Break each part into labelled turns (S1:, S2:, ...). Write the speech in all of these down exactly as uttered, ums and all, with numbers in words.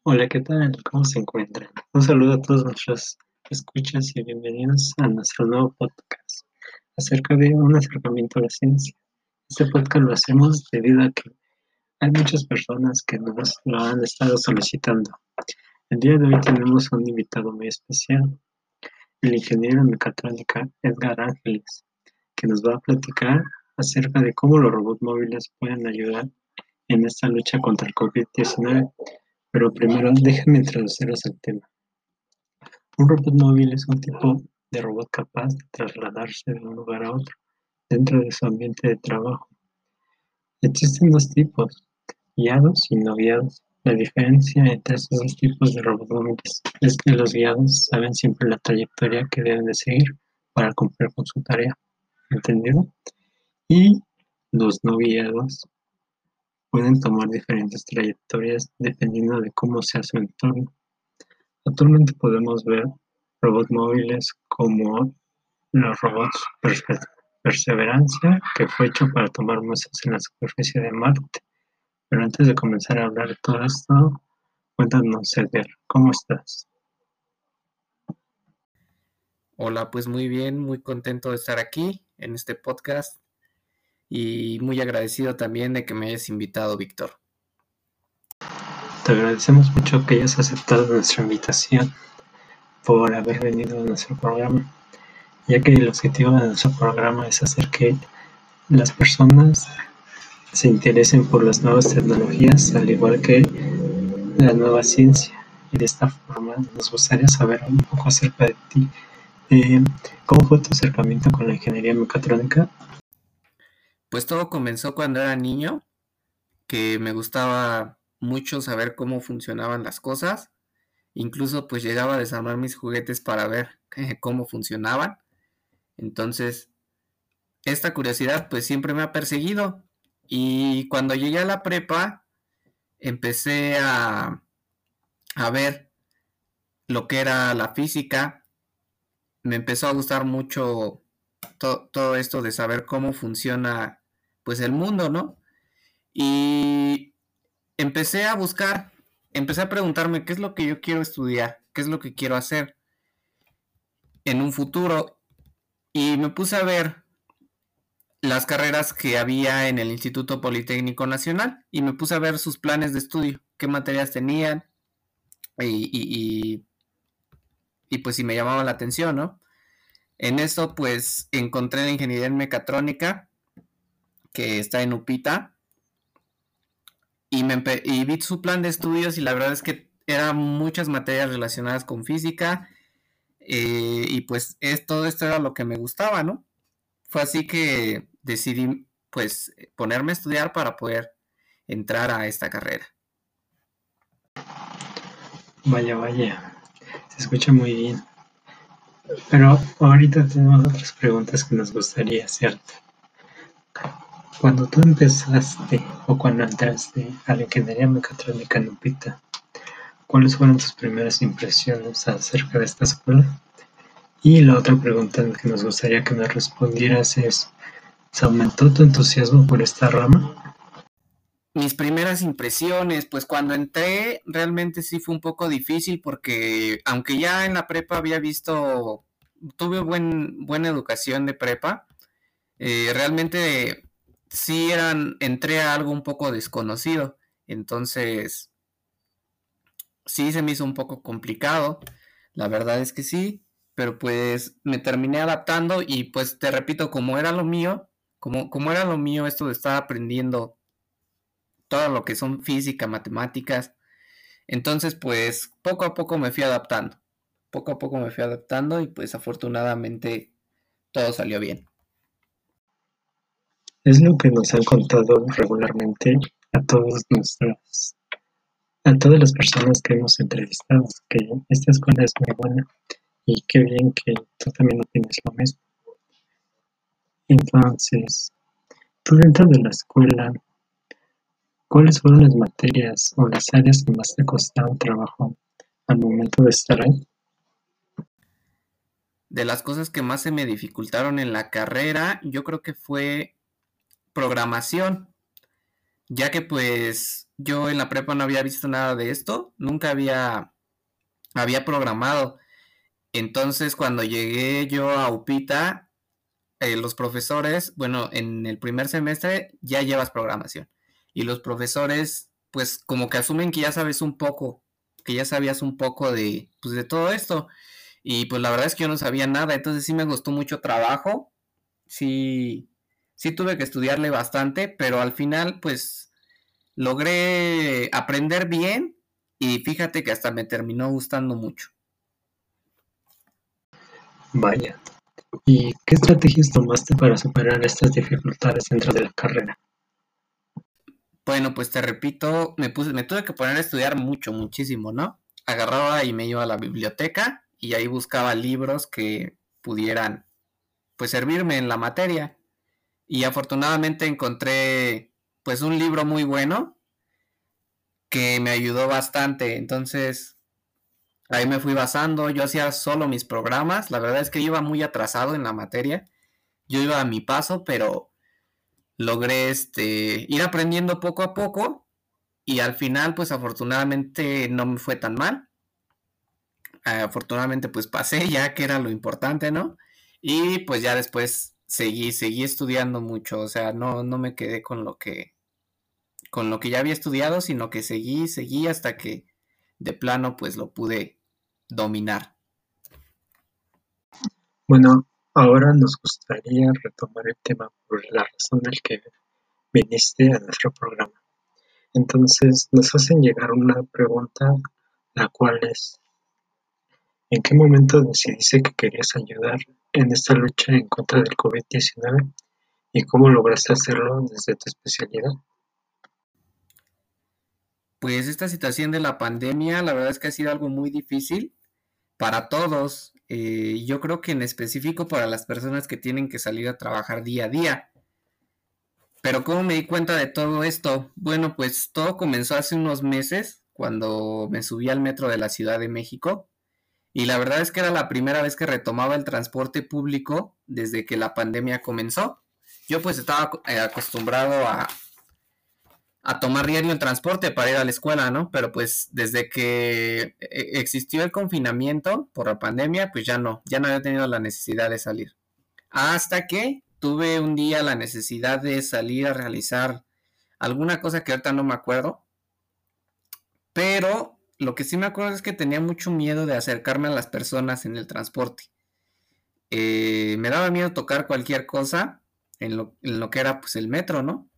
S1: Hola, ¿qué tal? ¿Cómo se encuentran? Un saludo a todos nuestros escuchas y bienvenidos a nuestro nuevo podcast acerca de un acercamiento a la ciencia. Este podcast lo hacemos debido a que hay muchas personas que nos lo han estado solicitando. El día de hoy tenemos un invitado muy especial, el ingeniero en mecatrónica Edgar Ángeles, que nos va a platicar acerca de cómo los robots móviles pueden ayudar en esta lucha contra el covid diecinueve. Pero primero déjenme introducirlos al tema. Un robot móvil es un tipo de robot capaz de trasladarse de un lugar a otro dentro de su ambiente de trabajo. Existen dos tipos, guiados y no guiados. La diferencia entre estos dos tipos de robots móviles es que los guiados saben siempre la trayectoria que deben de seguir para cumplir con su tarea, ¿entendido? Y los no guiados pueden tomar diferentes trayectorias dependiendo de cómo sea su entorno. Actualmente podemos ver robots móviles como los robots Perseverancia, que fue hecho para tomar muestras en la superficie de Marte. Pero antes de comenzar a hablar de todo esto, cuéntanos, Edgar, ¿cómo estás?
S2: Hola, pues muy bien, muy contento de estar aquí en este podcast y muy agradecido también de que me hayas invitado, Víctor.
S1: Te agradecemos mucho que hayas aceptado nuestra invitación por haber venido a nuestro programa, ya que el objetivo de nuestro programa es hacer que las personas se interesen por las nuevas tecnologías, al igual que la nueva ciencia. Y de esta forma nos gustaría saber un poco acerca de ti. Eh, ¿Cómo fue tu acercamiento con la ingeniería mecatrónica?
S2: Pues todo comenzó cuando era niño, que me gustaba mucho saber cómo funcionaban las cosas. Incluso pues llegaba a desarmar mis juguetes para ver eh, cómo funcionaban. Entonces, esta curiosidad pues siempre me ha perseguido. Y cuando llegué a la prepa, empecé a, a ver lo que era la física. Me empezó a gustar mucho to- todo esto de saber cómo funciona pues el mundo, ¿no? Y empecé a buscar, empecé a preguntarme qué es lo que yo quiero estudiar, qué es lo que quiero hacer en un futuro, y me puse a ver las carreras que había en el Instituto Politécnico Nacional y me puse a ver sus planes de estudio, qué materias tenían y, y, y, y pues si me llamaba la atención, ¿no? En eso pues encontré la ingeniería en mecatrónica que está en Upita y, me y vi su plan de estudios y la verdad es que eran muchas materias relacionadas con física, eh, y pues es, todo esto era lo que me gustaba, ¿no? Fue así que decidí pues ponerme a estudiar para poder entrar a esta carrera.
S1: Vaya, vaya, se escucha muy bien. Pero ahorita tenemos otras preguntas que nos gustaría hacerte. Cuando tú empezaste o cuando entraste a la ingeniería mecatrónica en Upita, ¿cuáles fueron tus primeras impresiones acerca de esta escuela? Y la otra pregunta que nos gustaría que nos respondieras es, ¿se aumentó tu entusiasmo por esta rama?
S2: Mis primeras impresiones, pues cuando entré realmente sí fue un poco difícil porque aunque ya en la prepa había visto, tuve buen, buena educación de prepa, eh, realmente sí eran, entré a algo un poco desconocido, entonces sí se me hizo un poco complicado, la verdad es que sí, pero pues me terminé adaptando y pues te repito, como era lo mío, como, como era lo mío esto de estar aprendiendo todo lo que son física, matemáticas, entonces pues poco a poco me fui adaptando, poco a poco me fui adaptando y pues afortunadamente todo salió bien.
S1: Es lo que nos han contado regularmente a todos nuestros, a todas las personas que hemos entrevistado, que esta escuela es muy buena y qué bien que tú también opinas lo mismo. Entonces, tú dentro de la escuela, ¿cuáles fueron las materias o las áreas que más te costaron trabajo al momento de estar ahí?
S2: De las cosas que más se me dificultaron en la carrera, yo creo que fue programación. ya que pues yo en la prepa no había visto nada de esto, nunca había, había programado. Entonces cuando llegué yo a Upita, eh, los profesores, bueno, en el primer semestre ya llevas programación. Y los profesores, pues como que asumen que ya sabes un poco, que ya sabías un poco de, pues, de todo esto. Y pues la verdad es que yo no sabía nada, entonces sí me costó mucho trabajo, sí, sí tuve que estudiarle bastante, pero al final pues logré aprender bien y fíjate que hasta me terminó gustando mucho.
S1: Vaya. ¿Y qué estrategias tomaste para superar estas dificultades dentro de la carrera?
S2: Bueno, pues te repito, me puse, me tuve que poner a estudiar mucho, muchísimo, ¿no? Agarraba y me iba a la biblioteca y ahí buscaba libros que pudieran, pues, servirme en la materia. Y afortunadamente encontré, pues, un libro muy bueno que me ayudó bastante. Entonces, ahí me fui basando, yo hacía solo mis programas. La verdad es que iba muy atrasado en la materia. Yo iba a mi paso, pero logré este ir aprendiendo poco a poco y al final pues afortunadamente no me fue tan mal. Eh, afortunadamente pues pasé ya que era lo importante, ¿no? Y pues ya después seguí, seguí estudiando mucho, o sea, no, no me quedé con lo que, con lo que ya había estudiado, sino que seguí, seguí hasta que de plano pues lo pude dominar.
S1: Bueno, ahora nos gustaría retomar el tema por la razón del que viniste a nuestro programa. Entonces, nos hacen llegar una pregunta, la cual es, ¿en qué momento decidiste que querías ayudar en esta lucha en contra del COVID diecinueve y cómo lograste hacerlo desde tu especialidad?
S2: Pues esta situación de la pandemia, la verdad es que ha sido algo muy difícil para todos. Eh, yo creo que en específico para las personas que tienen que salir a trabajar día a día. Pero ¿cómo me di cuenta de todo esto? Bueno, pues todo comenzó hace unos meses cuando me subí al metro de la Ciudad de México y la verdad es que era la primera vez que retomaba el transporte público desde que la pandemia comenzó. Yo pues estaba eh, acostumbrado a, a tomar diario el transporte para ir a la escuela, ¿no? Pero pues desde que eh, existió el confinamiento por la pandemia, pues ya no, ya no había tenido la necesidad de salir. Hasta que tuve un día la necesidad de salir a realizar alguna cosa que ahorita no me acuerdo, pero lo que sí me acuerdo es que tenía mucho miedo de acercarme a las personas en el transporte. Eh, me daba miedo tocar cualquier cosa en lo, en lo que era pues el metro, ¿no?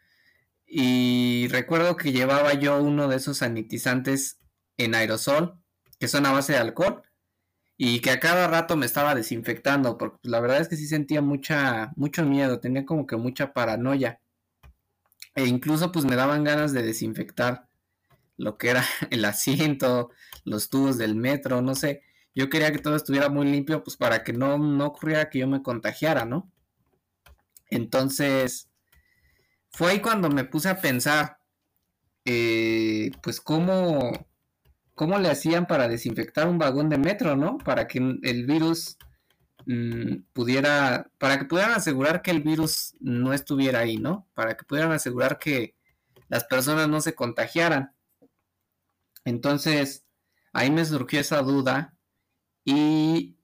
S2: Y recuerdo que llevaba yo uno de esos sanitizantes en aerosol, que son a base de alcohol, y que a cada rato me estaba desinfectando, porque pues, la verdad es que sí sentía mucha, mucho miedo, tenía como que mucha paranoia, e incluso pues me daban ganas de desinfectar lo que era el asiento, los tubos del metro, no sé, yo quería que todo estuviera muy limpio, pues para que no, no ocurriera que yo me contagiara, ¿no? Entonces, fue ahí cuando me puse a pensar, eh, pues cómo, cómo le hacían para desinfectar un vagón de metro, ¿no? Para que el virus mmm, pudiera, para que pudieran asegurar que el virus no estuviera ahí, ¿no? Para que pudieran asegurar que las personas no se contagiaran. Entonces, ahí me surgió esa duda y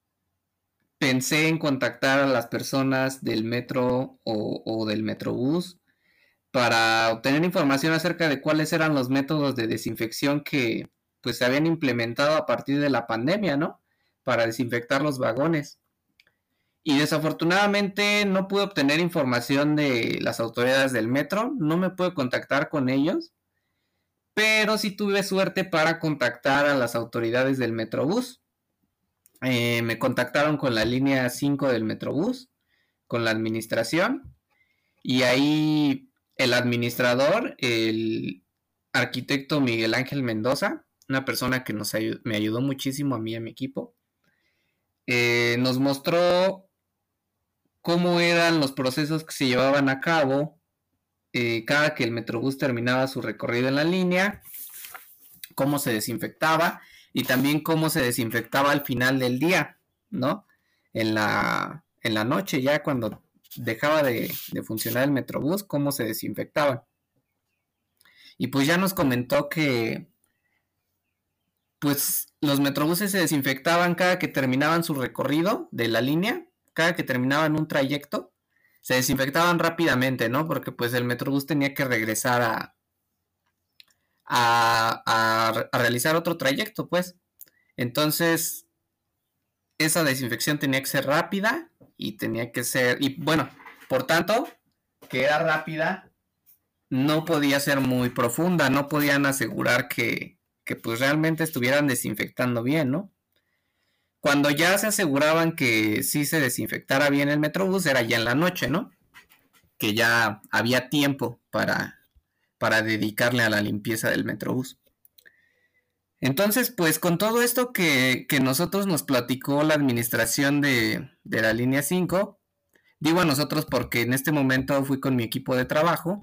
S2: pensé en contactar a las personas del metro o, o del metrobús para obtener información acerca de cuáles eran los métodos de desinfección que pues se habían implementado a partir de la pandemia, ¿no? Para desinfectar los vagones. Y desafortunadamente no pude obtener información de las autoridades del metro, no me pude contactar con ellos, pero sí tuve suerte para contactar a las autoridades del Metrobús. Eh, me contactaron con la línea cinco del Metrobús, con la administración, y ahí el administrador, el arquitecto Miguel Ángel Mendoza, una persona que nos ayud me ayudó muchísimo a mí y a mi equipo, eh, nos mostró cómo eran los procesos que se llevaban a cabo eh, cada que el Metrobús terminaba su recorrido en la línea, cómo se desinfectaba y también cómo se desinfectaba al final del día, ¿no? En la, en la noche, ya cuando dejaba de, de funcionar el Metrobús, cómo se desinfectaba. y pues ya nos comentó que pues los metrobuses se desinfectaban cada que terminaban su recorrido de la línea, cada que terminaban un trayecto, se desinfectaban rápidamente, ¿no? Porque pues el metrobús tenía que regresar a, a, a, a realizar otro trayecto, pues. Entonces, esa desinfección tenía que ser rápida y tenía que ser, y bueno, por tanto, que era rápida, no podía ser muy profunda, no podían asegurar que, que pues realmente estuvieran desinfectando bien, ¿no? Cuando ya se aseguraban que sí se desinfectara bien el metrobús, era ya en la noche, ¿no? Que ya había tiempo para, para dedicarle a la limpieza del metrobús. Entonces, pues con todo esto que, que nosotros nos platicó la administración de, de la línea cinco, digo a nosotros porque en este momento fui con mi equipo de trabajo,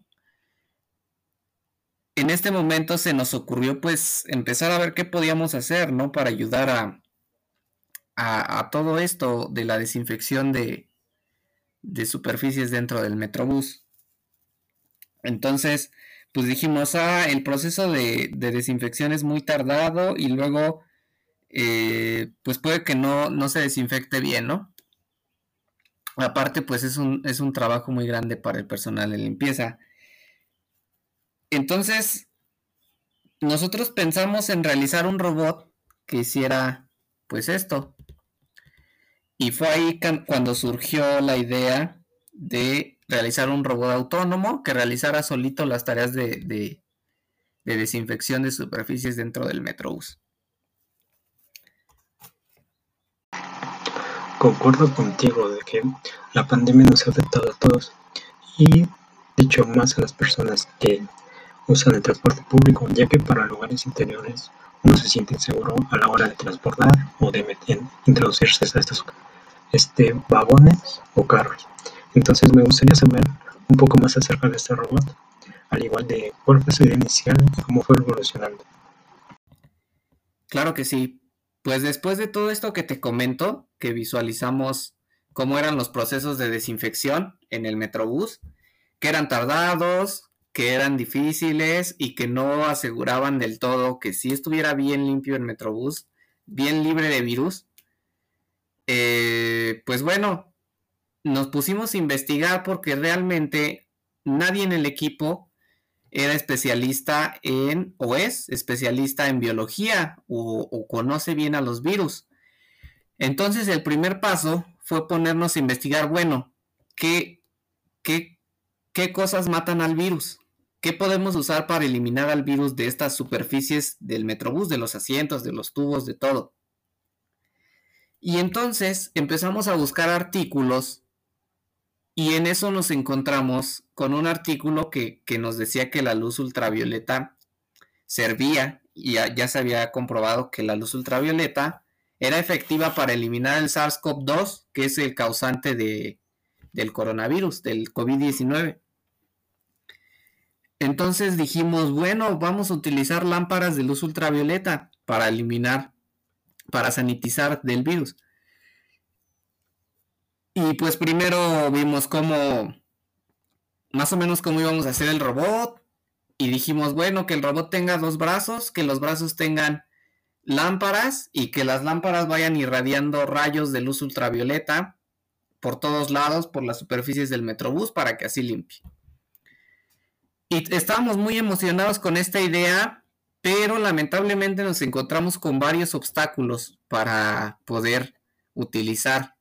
S2: en este momento se nos ocurrió pues empezar a ver qué podíamos hacer, ¿no? Para ayudar a, a, a todo esto de la desinfección de, de superficies dentro del metrobús. Entonces, pues dijimos, ah, el proceso de, de desinfección es muy tardado y luego, eh, pues puede que no, no se desinfecte bien, ¿no? Aparte, pues es un, es un trabajo muy grande para el personal de limpieza. Entonces, nosotros pensamos en realizar un robot que hiciera, pues esto. Y fue ahí cuando surgió la idea de realizar un robot autónomo que realizara solito las tareas de, de, de desinfección de superficies dentro del Metrobús.
S1: Concuerdo contigo de que la pandemia nos ha afectado a todos y de hecho más a las personas que usan el transporte público, ya que para lugares interiores uno se siente inseguro a la hora de transportar o de meter, introducirse a estos este, vagones o carros. Entonces me gustaría saber un poco más acerca de este robot, al igual de cuál fue su idea inicial y cómo fue evolucionando.
S2: Claro que sí. Pues después de todo esto que te comento, que visualizamos cómo eran los procesos de desinfección en el Metrobús, que eran tardados, que eran difíciles y que no aseguraban del todo que sí estuviera bien limpio el Metrobús, bien libre de virus. Eh, pues bueno, nos pusimos a investigar porque realmente nadie en el equipo era especialista en, o es especialista en biología, o, o conoce bien a los virus. Entonces el primer paso fue ponernos a investigar, bueno, ¿qué, qué, qué cosas matan al virus? ¿Qué podemos usar para eliminar al virus de estas superficies del Metrobús, de los asientos, de los tubos, de todo? Y entonces empezamos a buscar artículos y en eso nos encontramos con un artículo que, que nos decía que la luz ultravioleta servía, y ya, ya se había comprobado que la luz ultravioleta era efectiva para eliminar el SARS-CoV dos, que es el causante de, del coronavirus, del COVID diecinueve. Entonces dijimos, bueno, vamos a utilizar lámparas de luz ultravioleta para eliminar, para sanitizar del virus. Y pues primero vimos cómo, más o menos cómo íbamos a hacer el robot. Y dijimos, bueno, que el robot tenga dos brazos, que los brazos tengan lámparas y que las lámparas vayan irradiando rayos de luz ultravioleta por todos lados, por las superficies del Metrobús, para que así limpie. Y estábamos muy emocionados con esta idea, pero lamentablemente nos encontramos con varios obstáculos para poder utilizar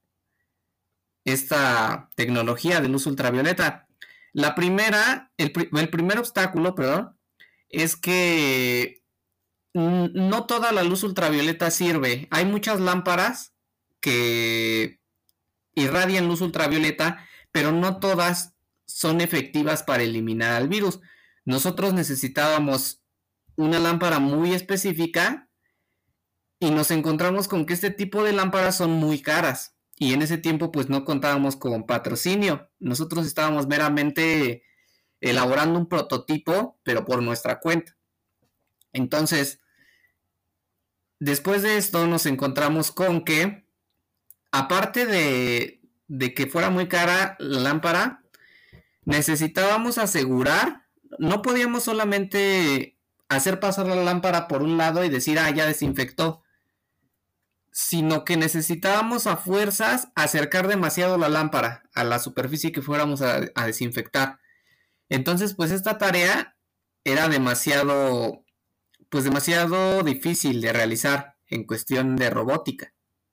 S2: esta tecnología de luz ultravioleta. La primera, el, el primer obstáculo, perdón, es que no toda la luz ultravioleta sirve. Hay muchas lámparas que irradian luz ultravioleta, pero no todas son efectivas para eliminar al virus. Nosotros necesitábamos una lámpara muy específica y nos encontramos con que este tipo de lámparas son muy caras. Y en ese tiempo pues no contábamos con patrocinio. Nosotros estábamos meramente elaborando un prototipo, pero por nuestra cuenta. Entonces, después de esto nos encontramos con que, aparte de, de que fuera muy cara la lámpara, necesitábamos asegurar, no podíamos solamente hacer pasar la lámpara por un lado y decir, ah, ya desinfectó, sino que necesitábamos a fuerzas acercar demasiado la lámpara a la superficie que fuéramos a, a desinfectar. Entonces, pues esta tarea era demasiado, pues demasiado difícil de realizar en cuestión de robótica.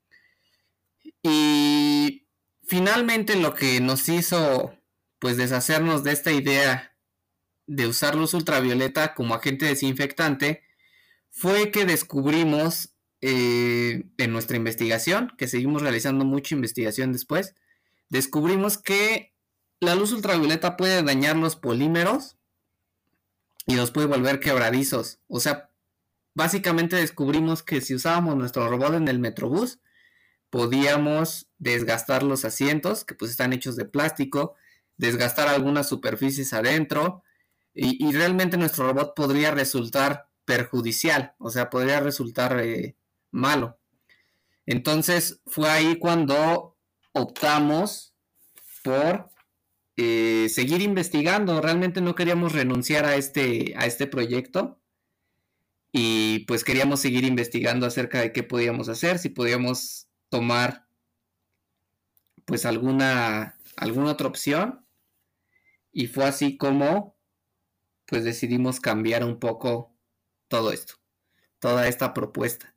S2: Y finalmente lo que nos hizo, pues, deshacernos de esta idea de usar luz ultravioleta como agente desinfectante fue que descubrimos eh, en nuestra investigación, que seguimos realizando mucha investigación después, descubrimos que la luz ultravioleta puede dañar los polímeros y los puede volver quebradizos. O sea, básicamente descubrimos que si usábamos nuestro robot en el Metrobús, podíamos desgastar los asientos, que pues están hechos de plástico, desgastar algunas superficies adentro, y, y realmente nuestro robot podría resultar perjudicial, o sea, podría resultar eh, malo. Entonces fue ahí cuando optamos por eh, seguir investigando. Realmente no queríamos renunciar a este, a este proyecto y pues queríamos seguir investigando acerca de qué podíamos hacer, si podíamos tomar pues alguna, alguna otra opción, y fue así como pues decidimos cambiar un poco todo esto, toda esta propuesta.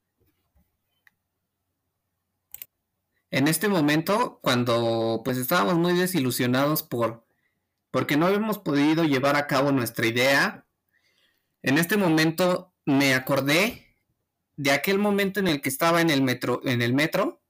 S2: En este momento, cuando pues estábamos muy desilusionados por porque no habíamos podido llevar a cabo nuestra idea, en este momento me acordé de aquel momento en el que estaba en el metro, en el metro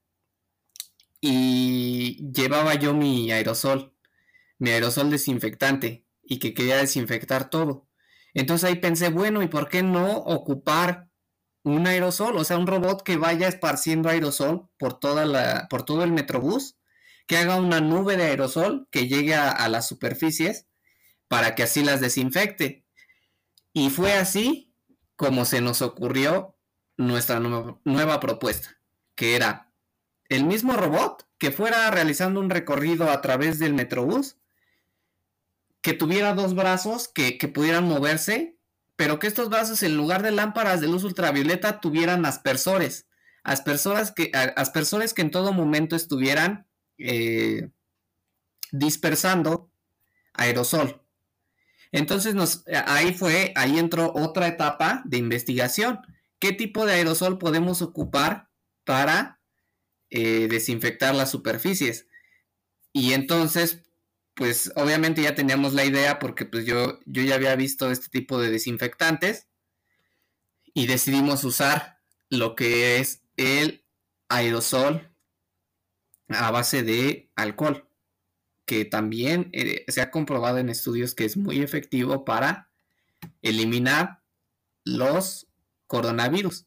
S2: y llevaba yo mi aerosol, mi aerosol desinfectante, y que quería desinfectar todo. Entonces ahí pensé, bueno, ¿y por qué no ocupar un aerosol? O sea, un robot que vaya esparciendo aerosol por, toda la, por todo el metrobús, que haga una nube de aerosol que llegue a, a las superficies para que así las desinfecte. Y fue así como se nos ocurrió nuestra nueva, nueva propuesta, que era el mismo robot que fuera realizando un recorrido a través del metrobús, que tuviera dos brazos que, que pudieran moverse, pero que estos brazos, en lugar de lámparas de luz ultravioleta, tuvieran aspersores, aspersores que, aspersores que en todo momento estuvieran eh, dispersando aerosol. Entonces nos, ahí fue, ahí entró otra etapa de investigación. ¿Qué tipo de aerosol podemos ocupar para eh, desinfectar las superficies? Y entonces, pues obviamente ya teníamos la idea, porque pues yo, yo ya había visto este tipo de desinfectantes, y decidimos usar lo que es el aerosol a base de alcohol, que también eh, se ha comprobado en estudios que es muy efectivo para eliminar los coronavirus.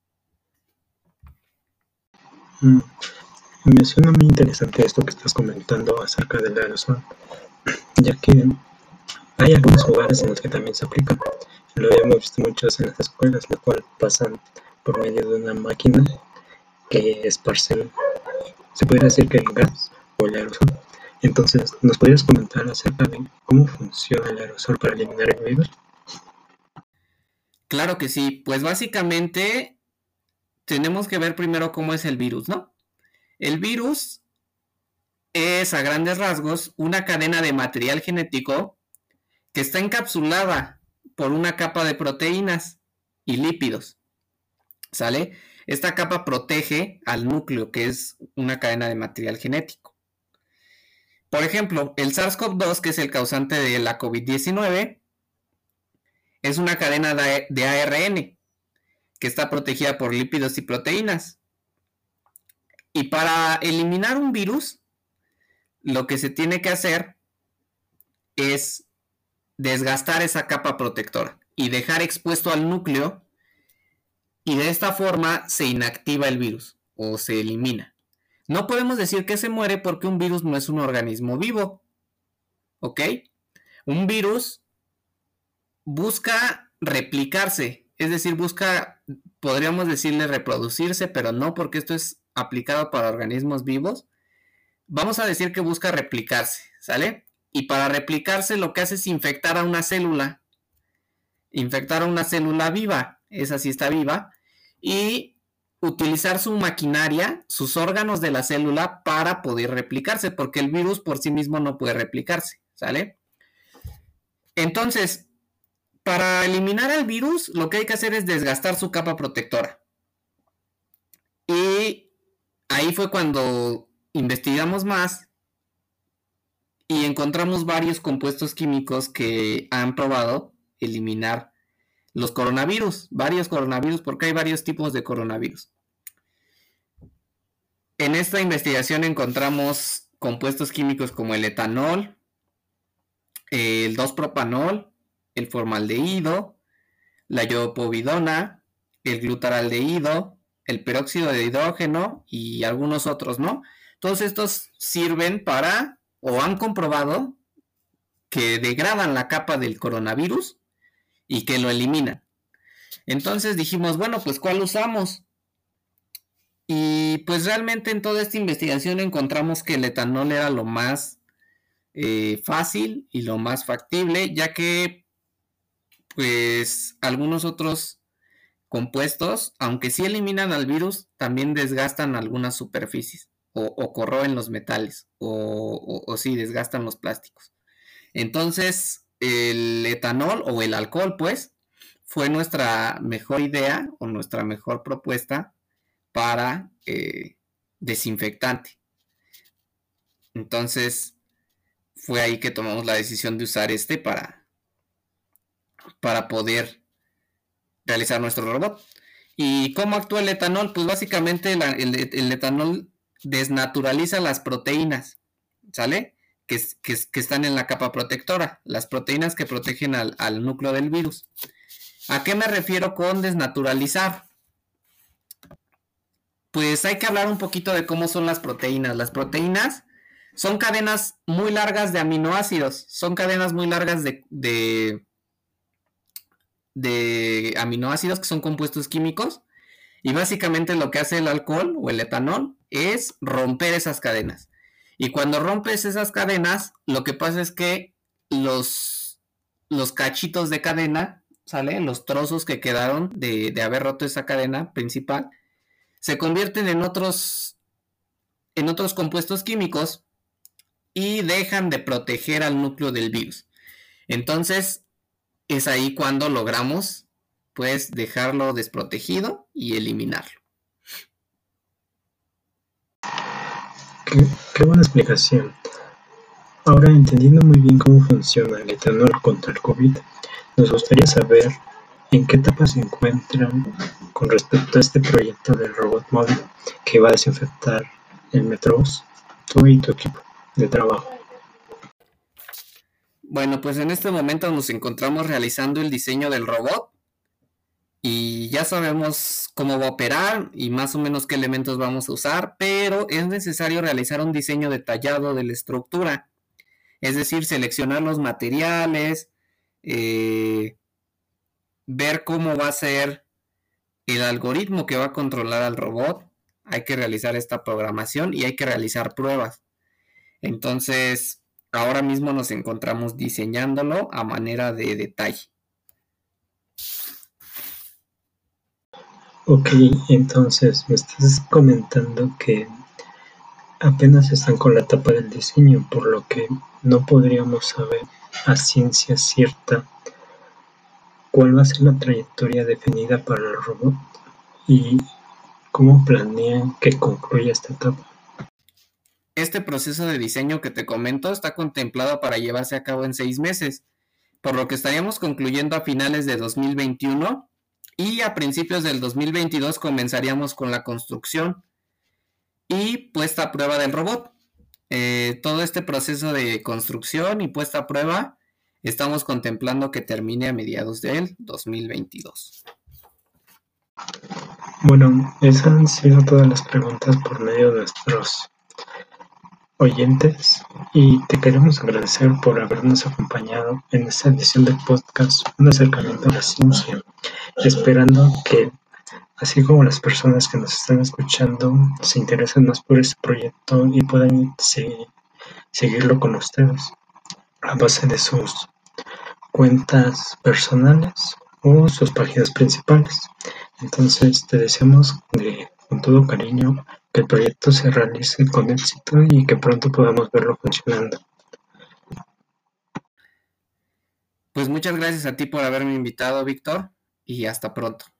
S1: Mm, Me suena muy interesante esto que estás comentando acerca del aerosol, ya que hay algunos lugares en los que también se aplica. Lo hemos visto muchos en las escuelas, lo cual pasan por medio de una máquina que esparce, se podría decir que el gas o el aerosol. Entonces, ¿nos podrías comentar acerca de cómo funciona el aerosol para eliminar el virus?
S2: Claro que sí, pues básicamente tenemos que ver primero cómo es el virus, ¿no? El virus es, a grandes rasgos, una cadena de material genético que está encapsulada por una capa de proteínas y lípidos, ¿sale? Esta capa protege al núcleo, que es una cadena de material genético. Por ejemplo, el SARS-CoV dos, que es el causante de la COVID diecinueve, es una cadena de A R N que está protegida por lípidos y proteínas. Y para eliminar un virus, lo que se tiene que hacer es desgastar esa capa protectora y dejar expuesto al núcleo, y de esta forma se inactiva el virus o se elimina. No podemos decir que se muere, porque un virus no es un organismo vivo, ¿ok? Un virus busca replicarse, es decir, busca, podríamos decirle reproducirse, pero no, porque esto es aplicado para organismos vivos. Vamos a decir que busca replicarse, ¿sale? y para replicarse lo que hace es infectar a una célula, infectar a una célula viva, esa sí está viva, y utilizar su maquinaria, sus órganos de la célula para poder replicarse, porque el virus por sí mismo no puede replicarse, ¿sale? Entonces, para eliminar al virus, lo que hay que hacer es desgastar su capa protectora. Y ahí fue cuando investigamos más y encontramos varios compuestos químicos que han probado eliminar los coronavirus, varios coronavirus, porque hay varios tipos de coronavirus. En esta investigación encontramos compuestos químicos como el etanol, el dos propanol, el formaldehído, la iodopovidona, el glutaraldehído, el peróxido de hidrógeno y algunos otros, ¿no? Todos estos sirven para, o han comprobado, que degradan la capa del coronavirus y que lo eliminan. Entonces dijimos, bueno, pues ¿cuál usamos? Y pues realmente en toda esta investigación encontramos que el etanol era lo más eh, fácil y lo más factible, ya que pues algunos otros compuestos, aunque sí eliminan al virus, también desgastan algunas superficies o, o corroen los metales o, o, o sí desgastan los plásticos. Entonces el etanol o el alcohol pues fue nuestra mejor idea o nuestra mejor propuesta para eh, desinfectante. Entonces fue ahí que tomamos la decisión de usar este para, para poder realizar nuestro robot. ¿Y cómo actúa el etanol? Pues básicamente la, el, el etanol desnaturaliza las proteínas, ¿sale? Que, que, que están en la capa protectora, las proteínas que protegen al, al núcleo del virus. ¿A qué me refiero con desnaturalizar? Pues hay que hablar un poquito de cómo son las proteínas. Las proteínas son cadenas muy largas de aminoácidos, son cadenas muy largas de, de, de aminoácidos que son compuestos químicos, y básicamente lo que hace el alcohol o el etanol es romper esas cadenas. Y cuando rompes esas cadenas, lo que pasa es que los, los cachitos de cadena, ¿sale? Los trozos que quedaron de, de haber roto esa cadena principal, se convierten en otros, en otros compuestos químicos y dejan de proteger al núcleo del virus. Entonces, es ahí cuando logramos, pues, dejarlo desprotegido y eliminarlo.
S1: Qué, qué buena explicación. Ahora, entendiendo muy bien cómo funciona el etanol contra el COVID, nos gustaría saber en qué etapa se encuentran con respecto a este proyecto del robot móvil que va a desinfectar el Metrobús, tú y tu equipo de trabajo.
S2: Bueno, pues en este momento nos encontramos realizando el diseño del robot y ya sabemos cómo va a operar y más o menos qué elementos vamos a usar, pero es necesario realizar un diseño detallado de la estructura, es decir, seleccionar los materiales, eh, ver cómo va a ser el algoritmo que va a controlar al robot. Hay que realizar esta programación y hay que realizar pruebas. Entonces, ahora mismo nos encontramos diseñándolo a manera de detalle.
S1: Ok, entonces me estás comentando que apenas están con la etapa del diseño, por lo que no podríamos saber a ciencia cierta cuál va a ser la trayectoria definida para el robot y cómo planean que concluya esta etapa.
S2: Este proceso de diseño que te comento está contemplado para llevarse a cabo en seis meses, por lo que estaríamos concluyendo a finales de dos mil veintiuno y a principios del dos mil veintidós comenzaríamos con la construcción y puesta a prueba del robot. Eh, todo este proceso de construcción y puesta a prueba estamos contemplando que termine a mediados del dos mil veintidós.
S1: Bueno, esas han sido todas las preguntas por medio de nuestros oyentes y te queremos agradecer por habernos acompañado en esta edición del podcast Un acercamiento a la ciencia, esperando que así como las personas que nos están escuchando se interesen más por este proyecto y puedan seguir, seguirlo con ustedes. a base de sus cuentas personales o sus páginas principales. Entonces te deseamos de, con todo cariño que el proyecto se realice con éxito y que pronto podamos verlo funcionando.
S2: Pues muchas gracias a ti por haberme invitado, Víctor, y hasta pronto.